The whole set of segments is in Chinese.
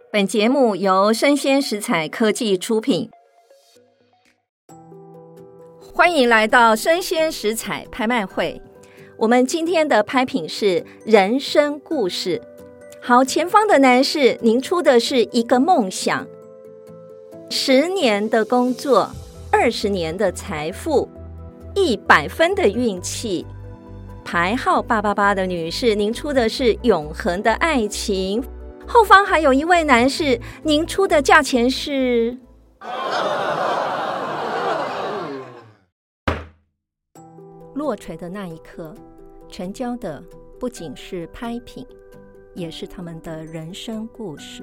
本节目由生鲜食材科技出品，欢迎来到生鲜食材拍卖会。我们今天的拍品是人生故事。好，前方的男士，您出的是一个梦想，10年的工作，20年的财富，100分的运气。牌号888的女士，您出的是永恒的爱情。后方还有一位男士，您出的价钱是落锤的那一刻，成交的不仅是拍品，也是他们的人生故事。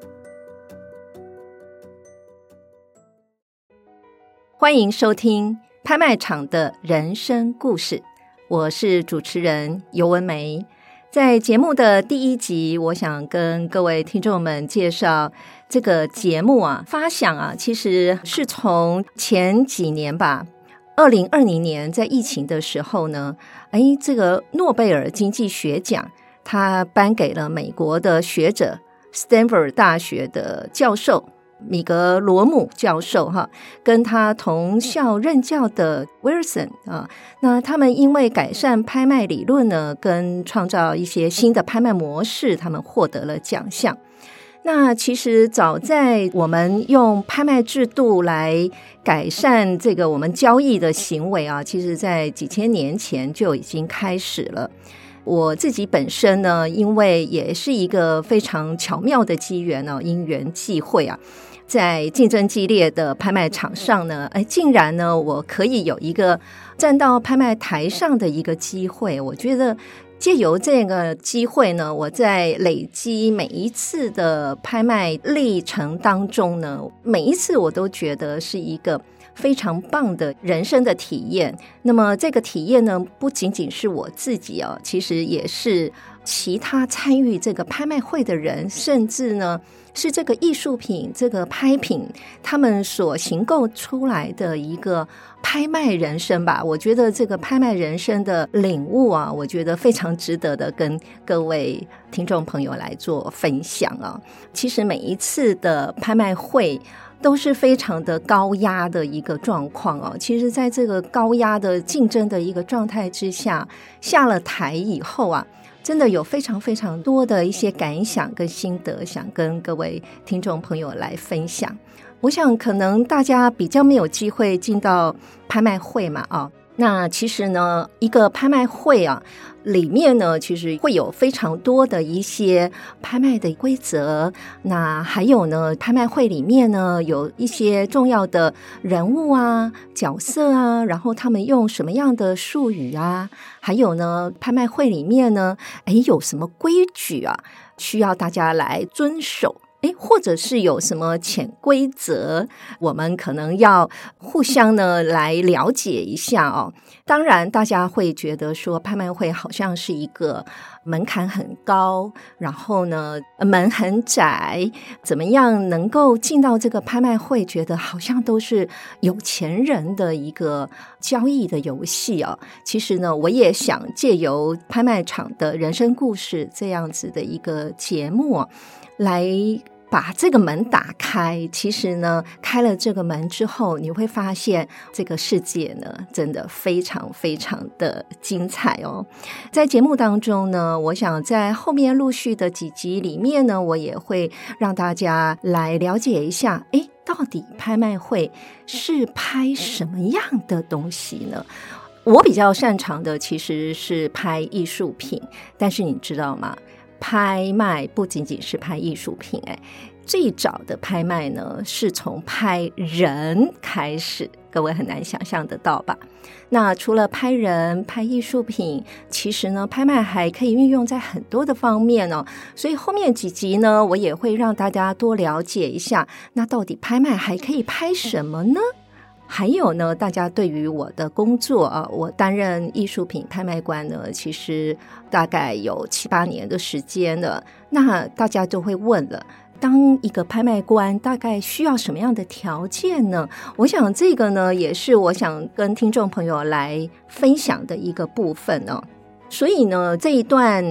欢迎收听拍卖场的人生故事，我是主持人尤文梅。在节目的第1集，我想跟各位听众们介绍这个节目发想其实是从前几年吧，2020年在疫情的时候呢，这个诺贝尔经济学奖他颁给了美国的学者 Stanford 大学的教授米格罗姆教授跟他同校任教的 Wilson 那他们因为改善拍卖理论呢，跟创造一些新的拍卖模式，他们获得了奖项。那其实早在我们用拍卖制度来改善这个我们交易的行为其实在几千年前就已经开始了。我自己本身呢，因为也是一个非常巧妙的机缘因缘际会在竞争激烈的拍卖场上呢，竟然呢我可以有一个站到拍卖台上的一个机会。我觉得借由这个机会呢，我在累积每一次的拍卖历程当中呢，每一次我都觉得是一个非常棒的人生的体验。那么这个体验呢，不仅仅是我自己其实也是其他参与这个拍卖会的人，甚至呢是这个艺术品这个拍品他们所形构出来的一个拍卖人生吧。我觉得这个拍卖人生的领悟我觉得非常值得的跟各位听众朋友来做分享其实每一次的拍卖会都是非常的高压的一个状况其实在这个高压的竞争的一个状态之下，下了台以后真的有非常非常多的一些感想跟心得想跟各位听众朋友来分享。我想可能大家比较没有机会进到拍卖会嘛那其实呢一个拍卖会里面呢其实会有非常多的一些拍卖的规则，那还有呢拍卖会里面呢有一些重要的人物角色然后他们用什么样的术语还有呢拍卖会里面呢有什么规矩需要大家来遵守，或者是有什么潜规则，我们可能要互相呢来了解一下当然大家会觉得说拍卖会好像是一个门槛很高，然后呢门很窄，怎么样能够进到这个拍卖会，觉得好像都是有钱人的一个交易的游戏其实呢我也想借由拍卖场的人生故事这样子的一个节目来把这个门打开。其实呢开了这个门之后，你会发现这个世界呢真的非常非常的精彩在节目当中呢，我想在后面陆续的几集里面呢，我也会让大家来了解一下到底拍卖会是拍什么样的东西呢？我比较擅长的其实是拍艺术品，但是你知道吗，拍卖不仅仅是拍艺术品最早的拍卖呢是从拍人开始，各位很难想象得到吧。那除了拍人拍艺术品，其实呢拍卖还可以运用在很多的方面所以后面几集呢我也会让大家多了解一下，那到底拍卖还可以拍什么呢？还有呢，大家对于我的工作我担任艺术品拍卖官呢，其实大概有7-8年的时间了。那大家就会问了，当一个拍卖官大概需要什么样的条件呢？我想这个呢也是我想跟听众朋友来分享的一个部分所以呢这一段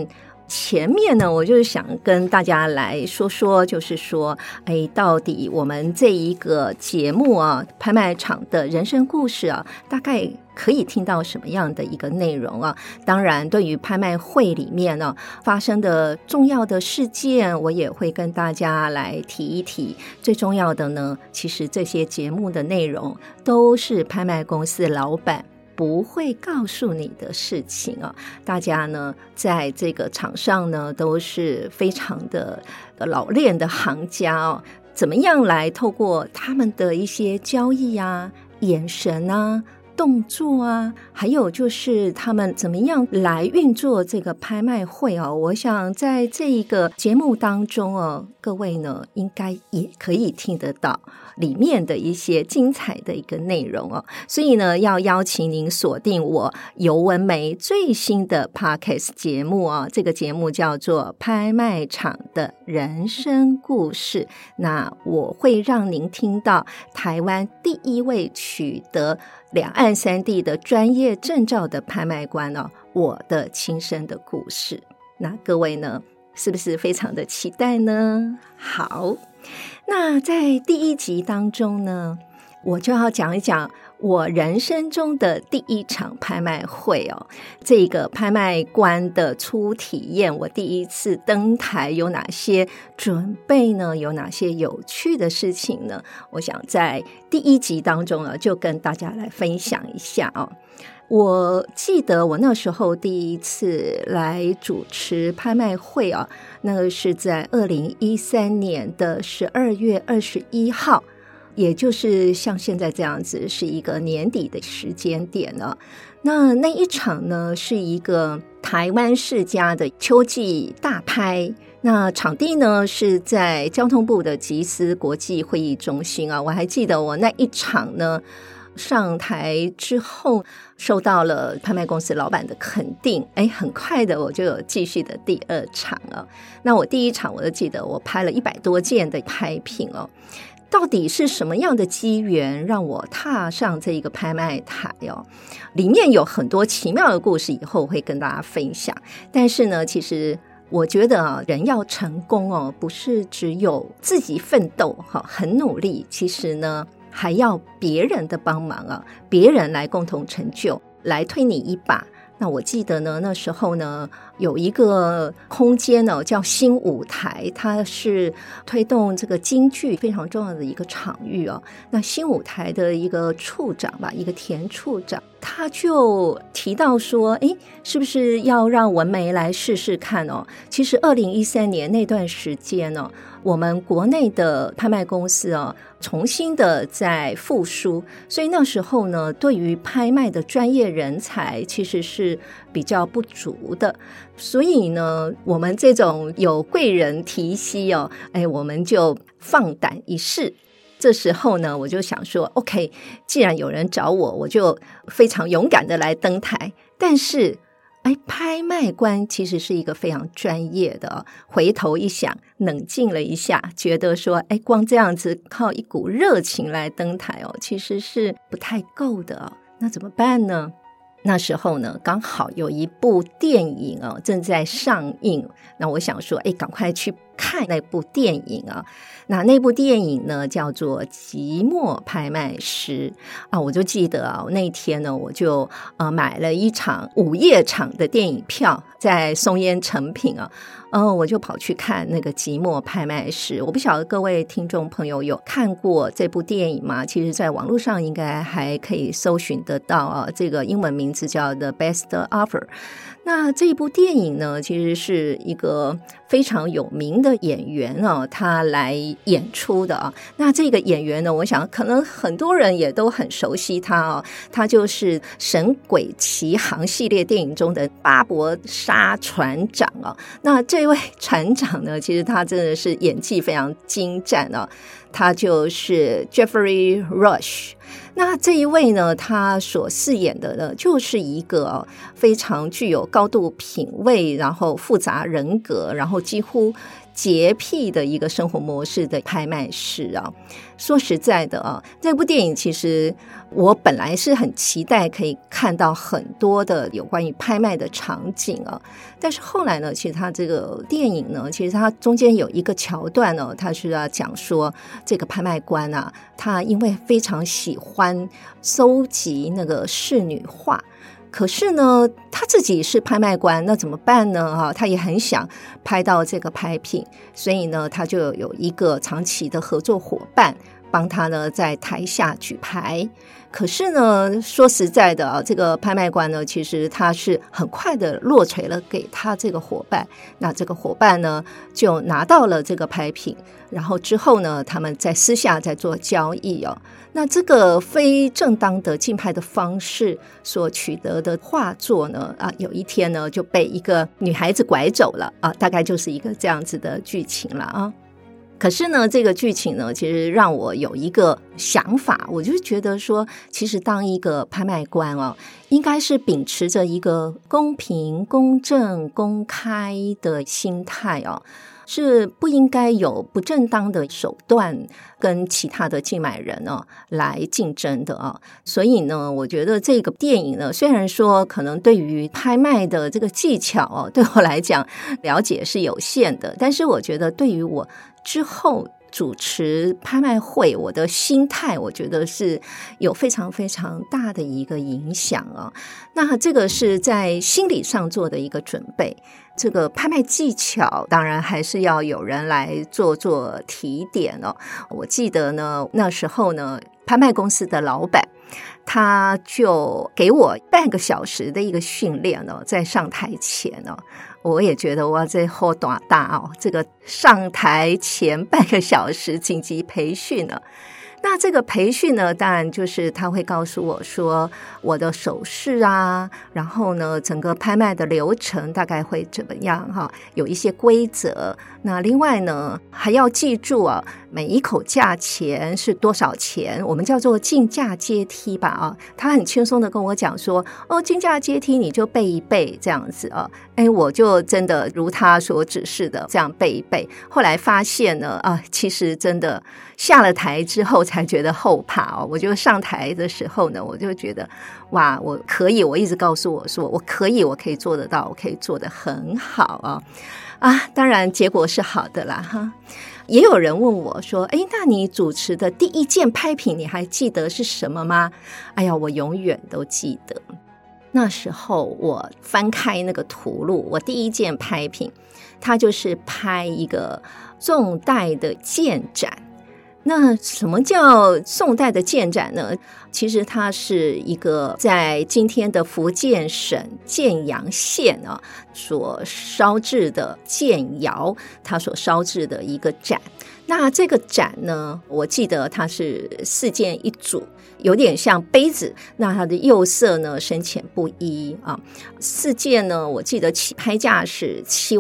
前面呢，我就是想跟大家来说说，就是说，到底我们这一个节目啊，拍卖场的人生故事啊，大概可以听到什么样的一个内容啊？当然，对于拍卖会里面呢发生的重要的事件，我也会跟大家来提一提。最重要的呢，其实这些节目的内容都是拍卖公司老板不会告诉你的事情啊！大家呢，在这个场上呢，都是非常的老练的行家哦。怎么样来透过他们的一些交易啊、眼神啊、动作啊，还有就是他们怎么样来运作这个拍卖会哦？我想在这一个节目当中哦，各位呢应该也可以听得到里面的一些精彩的一个内容哦。所以呢，要邀请您锁定我游文梅最新的 Podcast 节目哦。这个节目叫做《拍卖场的人生故事》，那我会让您听到台湾第一位取得两岸三地的专业证照的拍卖官哦，我的亲身的故事。那各位呢，是不是非常的期待呢？好，那在第一集当中呢，我就要讲一讲我人生中的第一场拍卖会哦。这个拍卖官的初体验，我第一次登台有哪些准备呢？有哪些有趣的事情呢？我想在第一集当中呢，就跟大家来分享一下哦。我记得我那时候第一次来主持拍卖会啊，那个是在2013年的12月21号，也就是像现在这样子，是一个年底的时间点了。那一场呢，是一个台湾世家的秋季大拍，那场地呢是在交通部的集思国际会议中心啊。我还记得我那一场呢上台之后受到了拍卖公司老板的肯定，很快的我就有继续的第二场啊。那我第一场我就记得我拍了100多件的拍品哦。到底是什么样的机缘让我踏上这一个拍卖台哦？里面有很多奇妙的故事，以后会跟大家分享。但是呢，其实我觉得人要成功哦，不是只有自己奋斗很努力，其实呢还要别人的帮忙啊，别人来共同成就，来推你一把。那我记得呢，那时候呢有一个空间呢叫新舞台，它是推动这个京剧非常重要的一个场域哦。那新舞台的一个处长吧，一个田处长，他就提到说，是不是要让文梅来试试看哦？其实2013年那段时间呢，我们国内的拍卖公司哦，重新的在复苏，所以那时候呢，对于拍卖的专业人才其实是比较不足的。所以呢，我们这种有贵人提携哦，我们就放胆一试。这时候呢，我就想说 OK， 既然有人找我，我就非常勇敢的来登台。但是拍卖官其实是一个非常专业的哦。回头一想，冷静了一下，觉得说光这样子靠一股热情来登台哦，其实是不太够的哦。那怎么办呢？那时候呢，刚好有一部电影哦正在上映，那我想说赶快去看那部电影啊。那部电影呢叫做《寂寞拍卖师》啊。我就记得啊，那天呢我就买了一场午夜场的电影票，在松烟诚品啊。我就跑去看那个《寂寞拍卖师》。我不晓得各位听众朋友有看过这部电影吗？其实在网络上应该还可以搜寻得到啊。这个英文名字叫 The Best Offer。那这一部电影呢，其实是一个非常有名的演员哦，他来演出的啊。那这个演员呢，我想可能很多人也都很熟悉他哦，他就是《神鬼奇航》系列电影中的巴博沙船长哦。那这位船长呢，其实他真的是演技非常精湛哦，他就是 Jeffrey Rush。那这一位呢，他所饰演的呢，就是一个非常具有高度品味，然后复杂人格，然后几乎洁癖的一个生活模式的拍卖师啊。说实在的啊，这部电影其实我本来是很期待可以看到很多的有关于拍卖的场景啊，但是后来呢，其实它这个电影呢，其实它中间有一个桥段呢，它是要讲说这个拍卖官啊，他因为非常喜欢搜集那个仕女画，可是呢他自己是拍卖官，那怎么办呢？他也很想拍到这个拍品，所以呢他就有一个长期的合作伙伴帮他呢在台下举牌。可是呢说实在的这个拍卖官呢，其实他是很快的落锤了给他这个伙伴，那这个伙伴呢就拿到了这个拍品，然后之后呢他们在私下在做交易哦。那这个非正当的竞拍的方式所取得的画作呢，有一天呢就被一个女孩子拐走了啊，大概就是一个这样子的剧情了啊。可是呢这个剧情呢其实让我有一个想法，我就觉得说其实当一个拍卖官哦，应该是秉持着一个公平公正公开的心态哦，是不应该有不正当的手段跟其他的竞买人来竞争的。所以呢我觉得这个电影呢，虽然说可能对于拍卖的这个技巧对我来讲了解是有限的，但是我觉得对于我之后主持拍卖会，我的心态我觉得是有非常非常大的一个影响那这个是在心理上做的一个准备，这个拍卖技巧当然还是要有人来做提点我记得呢那时候呢拍卖公司的老板他就给我半个小时的一个训练在上台前我也觉得哇，这好大这个上台前半个小时紧急培训那这个培训呢，当然就是他会告诉我说我的手势啊，然后呢整个拍卖的流程大概会怎么样有一些规则。那另外呢还要记住每一口价钱是多少钱，我们叫做竞价阶梯吧他很轻松的跟我讲说竞价阶梯你就背一背这样子我就真的如他所指示的这样背一背。后来发现呢其实真的下了台之后才觉得后怕我就上台的时候呢，我就觉得哇，我可以，我一直告诉我说我可以做得到，我可以做得很好当然结果是好的啦哈。也有人问我说那你主持的第一件拍品你还记得是什么吗？哎呀，我永远都记得。那时候我翻开那个图录，我第一件拍品它就是拍一个宋代的建盏。那什么叫宋代的建盏呢？其实它是一个在今天的福建省建阳县所烧制的建窑，它所烧制的一个盏。那这个盏呢，我记得它是4件一组，有点像杯子，那它的釉色呢深浅不一4件呢，我记得起拍价是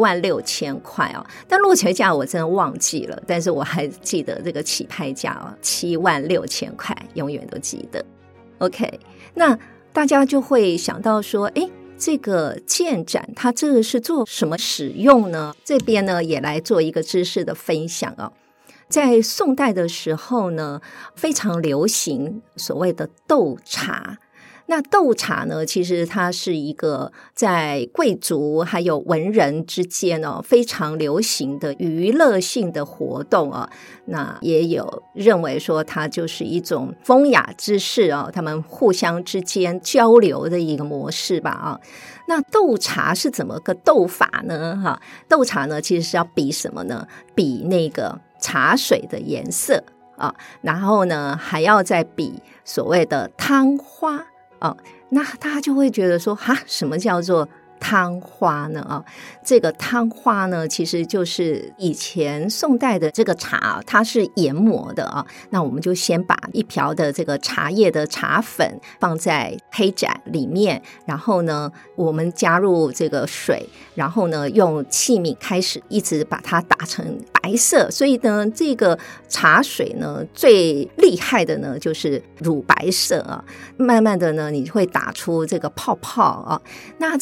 76000块但落锤价我真的忘记了，但是我还记得这个起拍价76000块，永远都记得。 OK， 那大家就会想到说这个建盏它这个是做什么使用呢？这边呢也来做一个知识的分享在宋代的时候呢，非常流行所谓的斗茶。那斗茶呢，其实它是一个在贵族还有文人之间非常流行的娱乐性的活动那也有认为说它就是一种风雅之士他们互相之间交流的一个模式吧那斗茶是怎么个斗法呢斗茶呢其实是要比什么呢？比那个茶水的颜色然后呢还要再比所谓的汤花那大家就会觉得说什么叫做汤花呢这个汤花呢其实就是以前宋代的这个茶它是研磨的那我们就先把一瓢的这个茶叶的茶粉放在黑盏里面，然后呢我们加入这个水，然后呢用器皿开始一直把它打成白色，所以呢这个茶水呢最厉害的呢就是乳白色慢慢的呢你会打出这个泡泡那这个泡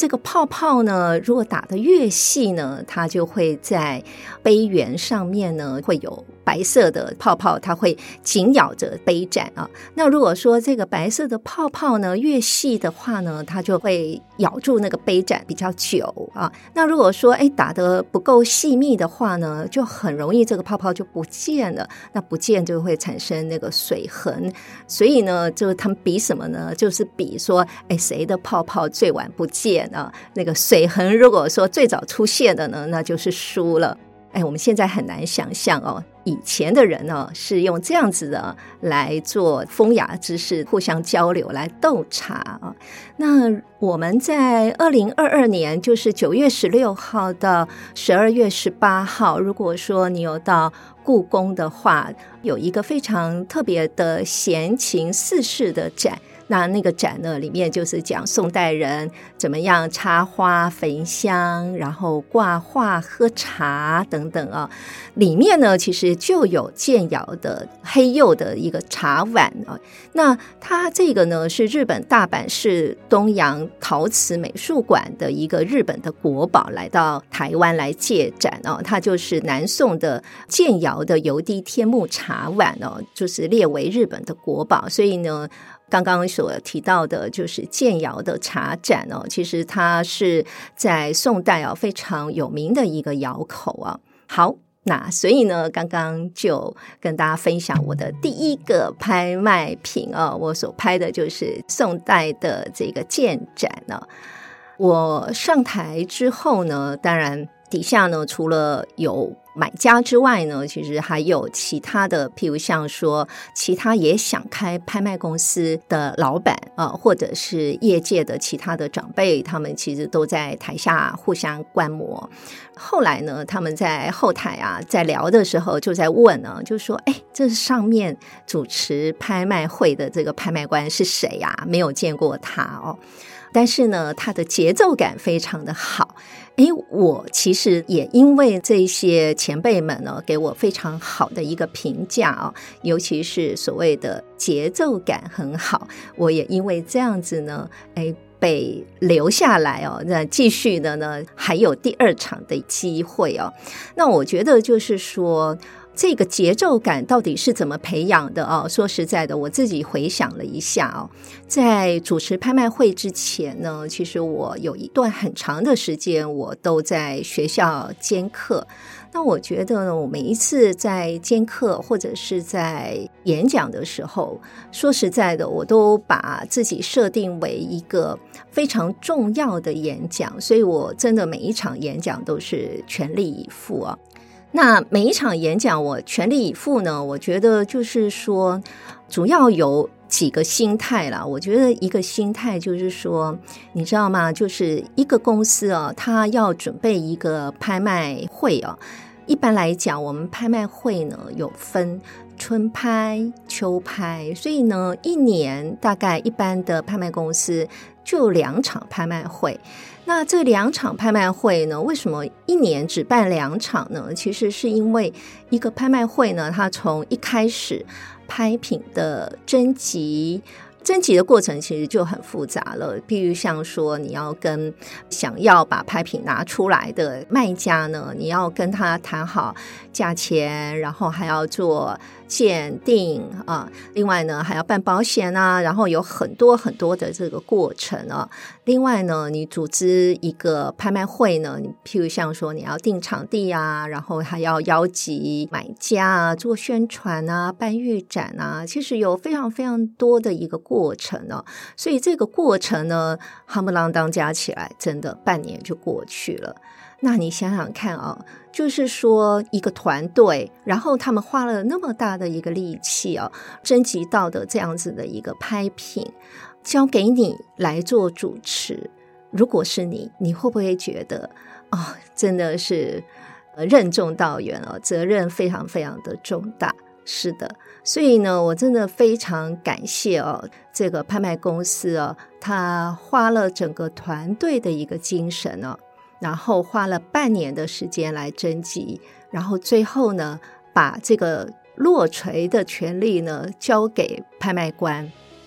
泡泡呢，如果打得越细呢，它就会在杯缘上面呢会有白色的泡泡，它会紧咬着杯盏啊。那如果说这个白色的泡泡呢越细的话呢，它就会咬住那个杯盏比较久啊。那如果说打得不够细密的话呢，就很容易这个泡泡就不见了，那不见就会产生那个水痕。所以呢，就是他们比什么呢？就是比说谁的泡泡最晚不见啊，那个水痕如果说最早出现的呢，那就是输了。我们现在很难想象以前的人是用这样子的来做风雅之事，互相交流来斗茶啊。那我们在2022年就是9月16号到12月18号，如果说你有到故宫的话，有一个非常特别的闲情四事的展。那个展呢，里面就是讲宋代人怎么样插花焚香，然后挂画喝茶等等啊。里面呢其实就有建窑的黑釉的一个茶碗啊。那它这个呢是日本大阪市东洋陶瓷美术馆的一个日本的国宝来到台湾来借展啊。它就是南宋的建窑的油滴天目茶碗就是列为日本的国宝。所以呢刚刚所提到的就是建窑的茶盏其实它是在宋代非常有名的一个窑口啊。好，那所以呢刚刚就跟大家分享我的第一个拍卖品我所拍的就是宋代的这个建盏我上台之后呢，当然底下呢除了有买家之外呢，其实还有其他的，譬如像说其他也想开拍卖公司的老板或者是业界的其他的长辈，他们其实都在台下互相观摩。后来呢他们在后台在聊的时候就在问就说这上面主持拍卖会的这个拍卖官是谁没有见过他但是呢他的节奏感非常的好。我其实也因为这些前辈们呢给我非常好的一个评价尤其是所谓的节奏感很好，我也因为这样子呢被留下来那继续的呢还有第二场的机会那我觉得就是说这个节奏感到底是怎么培养的说实在的，我自己回想了一下在主持拍卖会之前呢，其实我有一段很长的时间我都在学校兼课。那我觉得呢，我每一次在兼课或者是在演讲的时候，说实在的，我都把自己设定为一个非常重要的演讲，所以我真的每一场演讲都是全力以赴那每一场演讲我全力以赴呢，我觉得就是说主要有几个心态啦。我觉得一个心态就是说，你知道吗，就是一个公司它要准备一个拍卖会一般来讲我们拍卖会呢有分春拍秋拍，所以呢一年大概一般的拍卖公司就2场拍卖会。那这2场拍卖会呢，为什么一年只办2场呢？其实是因为一个拍卖会呢，它从一开始拍品的征集的过程其实就很复杂了。譬如像说你要跟想要把拍品拿出来的卖家呢，你要跟他谈好价钱，然后还要做鉴定另外呢还要办保险然后有很多很多的这个过程另外呢你组织一个拍卖会呢，你譬如像说你要定场地然后还要邀集买家做宣传办预展其实有非常非常多的一个过程所以这个过程呢夯不啷当加起来真的半年就过去了。那你想想看就是说一个团队，然后他们花了那么大的一个力气征集到的这样子的一个拍品交给你来做主持，如果是你会不会觉得真的是任重道远责任非常非常的重大。是的，所以呢我真的非常感谢这个拍卖公司他花了整个团队的一个精神然后花了半年的时间来征集，然后最后呢把这个落锤的权利呢交给拍卖官。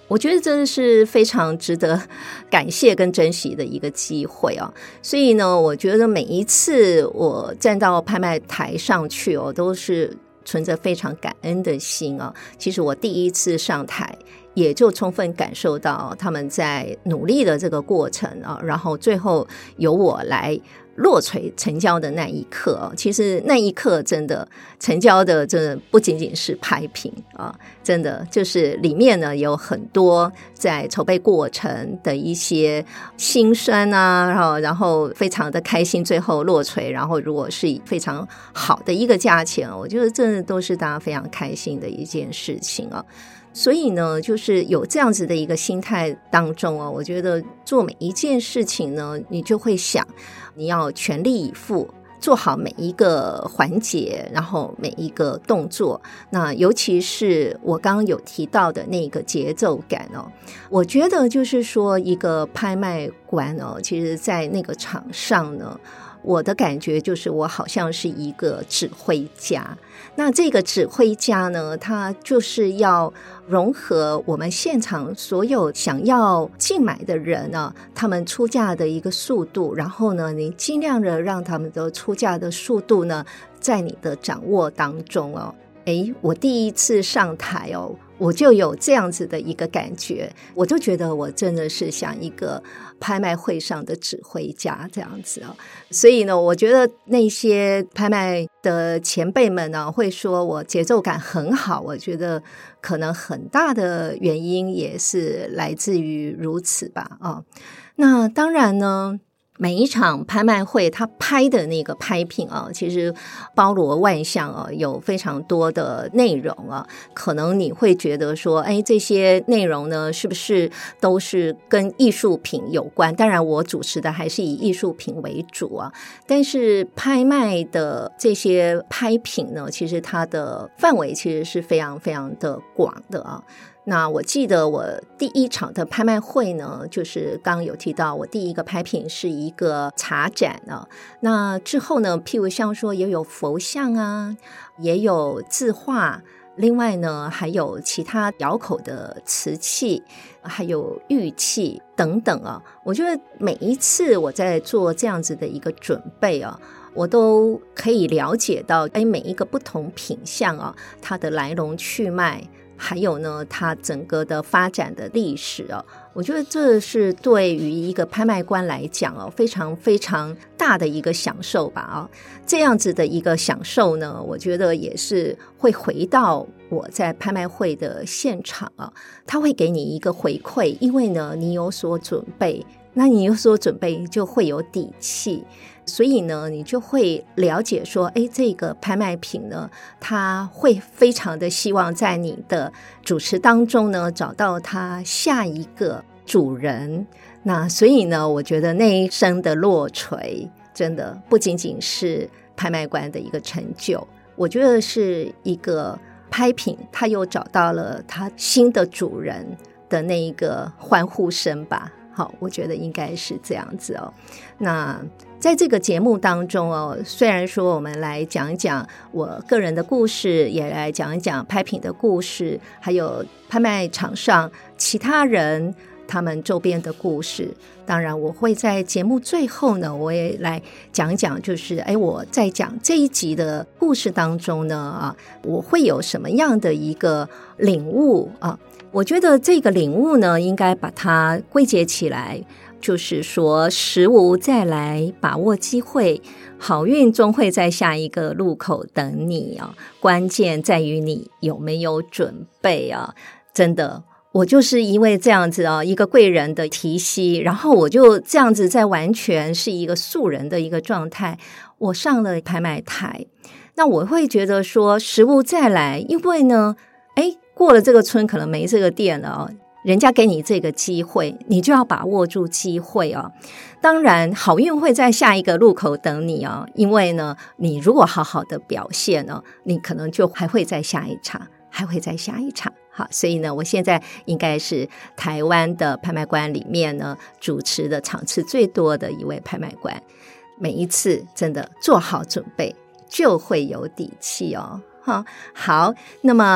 我觉得这是非常值得感谢跟珍惜的一个机会哦。所以呢，我觉得每一次我站到拍卖台上去哦，都是存着非常感恩的心啊。其实我第一次上台，也就充分感受到他们在努力的这个过程啊，然后最后由我来落锤成交的那一刻，其实那一刻真的成交的真的不仅仅是拍品啊，真的就是里面呢有很多在筹备过程的一些辛酸啊，然后非常的开心，最后落锤，然后如果是非常好的一个价钱，我觉得真的都是大家非常开心的一件事情啊。所以呢，就是有这样子的一个心态当中我觉得做每一件事情呢，你就会想你要全力以赴，做好每一个环节，然后每一个动作。那尤其是我刚刚有提到的那个节奏感我觉得就是说一个拍卖官其实在那个场上呢，我的感觉就是我好像是一个指挥家。那这个指挥家呢，他就是要融合我们现场所有想要竞买的人他们出价的一个速度，然后呢，你尽量的让他们的出价的速度呢，在你的掌握当中我第一次上台我就有这样子的一个感觉，我就觉得我真的是像一个拍卖会上的指挥家这样子所以呢，我觉得那些拍卖的前辈们会说我节奏感很好，我觉得可能很大的原因也是来自于如此吧那当然呢，每一场拍卖会他拍的那个拍品其实包罗万象有非常多的内容可能你会觉得说这些内容呢是不是都是跟艺术品有关，当然我主持的还是以艺术品为主但是拍卖的这些拍品呢，其实它的范围其实是非常非常的广的那我记得我第一场的拍卖会呢，就是刚刚有提到我第一个拍品是一个茶展那之后呢，譬如像说也有佛像也有字画，另外呢还有其他窑口的瓷器，还有玉器等等我觉得每一次我在做这样子的一个准备我都可以了解到每一个不同品项它的来龙去脉，还有呢它整个的发展的历史我觉得这是对于一个拍卖官来讲非常非常大的一个享受吧这样子的一个享受呢，我觉得也是会回到我在拍卖会的现场它会给你一个回馈，因为呢你有所准备，那你有所准备就会有底气，所以呢你就会了解说这个拍卖品呢，它会非常的希望在你的主持当中呢找到它下一个主人。那所以呢，我觉得那一声的落锤真的不仅仅是拍卖官的一个成就，我觉得是一个拍品它又找到了它新的主人的那一个欢呼声吧。好，我觉得应该是这样子那在这个节目当中虽然说我们来讲一讲我个人的故事，也来讲一讲拍品的故事，还有拍卖场上其他人他们周边的故事，当然我会在节目最后呢，我也来讲一讲，就是我在讲这一集的故事当中呢我会有什么样的一个领悟我觉得这个领悟呢，应该把它归结起来，就是说时无再来，把握机会，好运终会在下一个路口等你关键在于你有没有准备真的，我就是因为这样子一个贵人的提携，然后我就这样子在完全是一个素人的一个状态，我上了拍卖台。那我会觉得说时无再来，因为呢过了这个村可能没这个店了人家给你这个机会，你就要把握住机会当然好运会在下一个路口等你因为呢你如果好好的表现你可能就还会在下一场，还会在下一场。好，所以呢我现在应该是台湾的拍卖官里面呢主持的场次最多的一位拍卖官，每一次真的做好准备就会有底气好，那么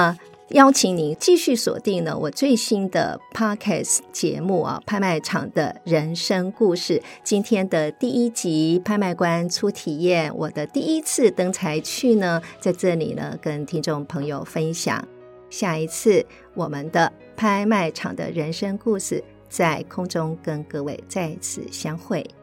邀请您继续锁定呢我最新的 Podcast 节目啊，拍卖场的人生故事。今天的第一集拍卖官初体验，我的第一次登台去呢，在这里呢跟听众朋友分享。下一次我们的拍卖场的人生故事在空中跟各位再次相会。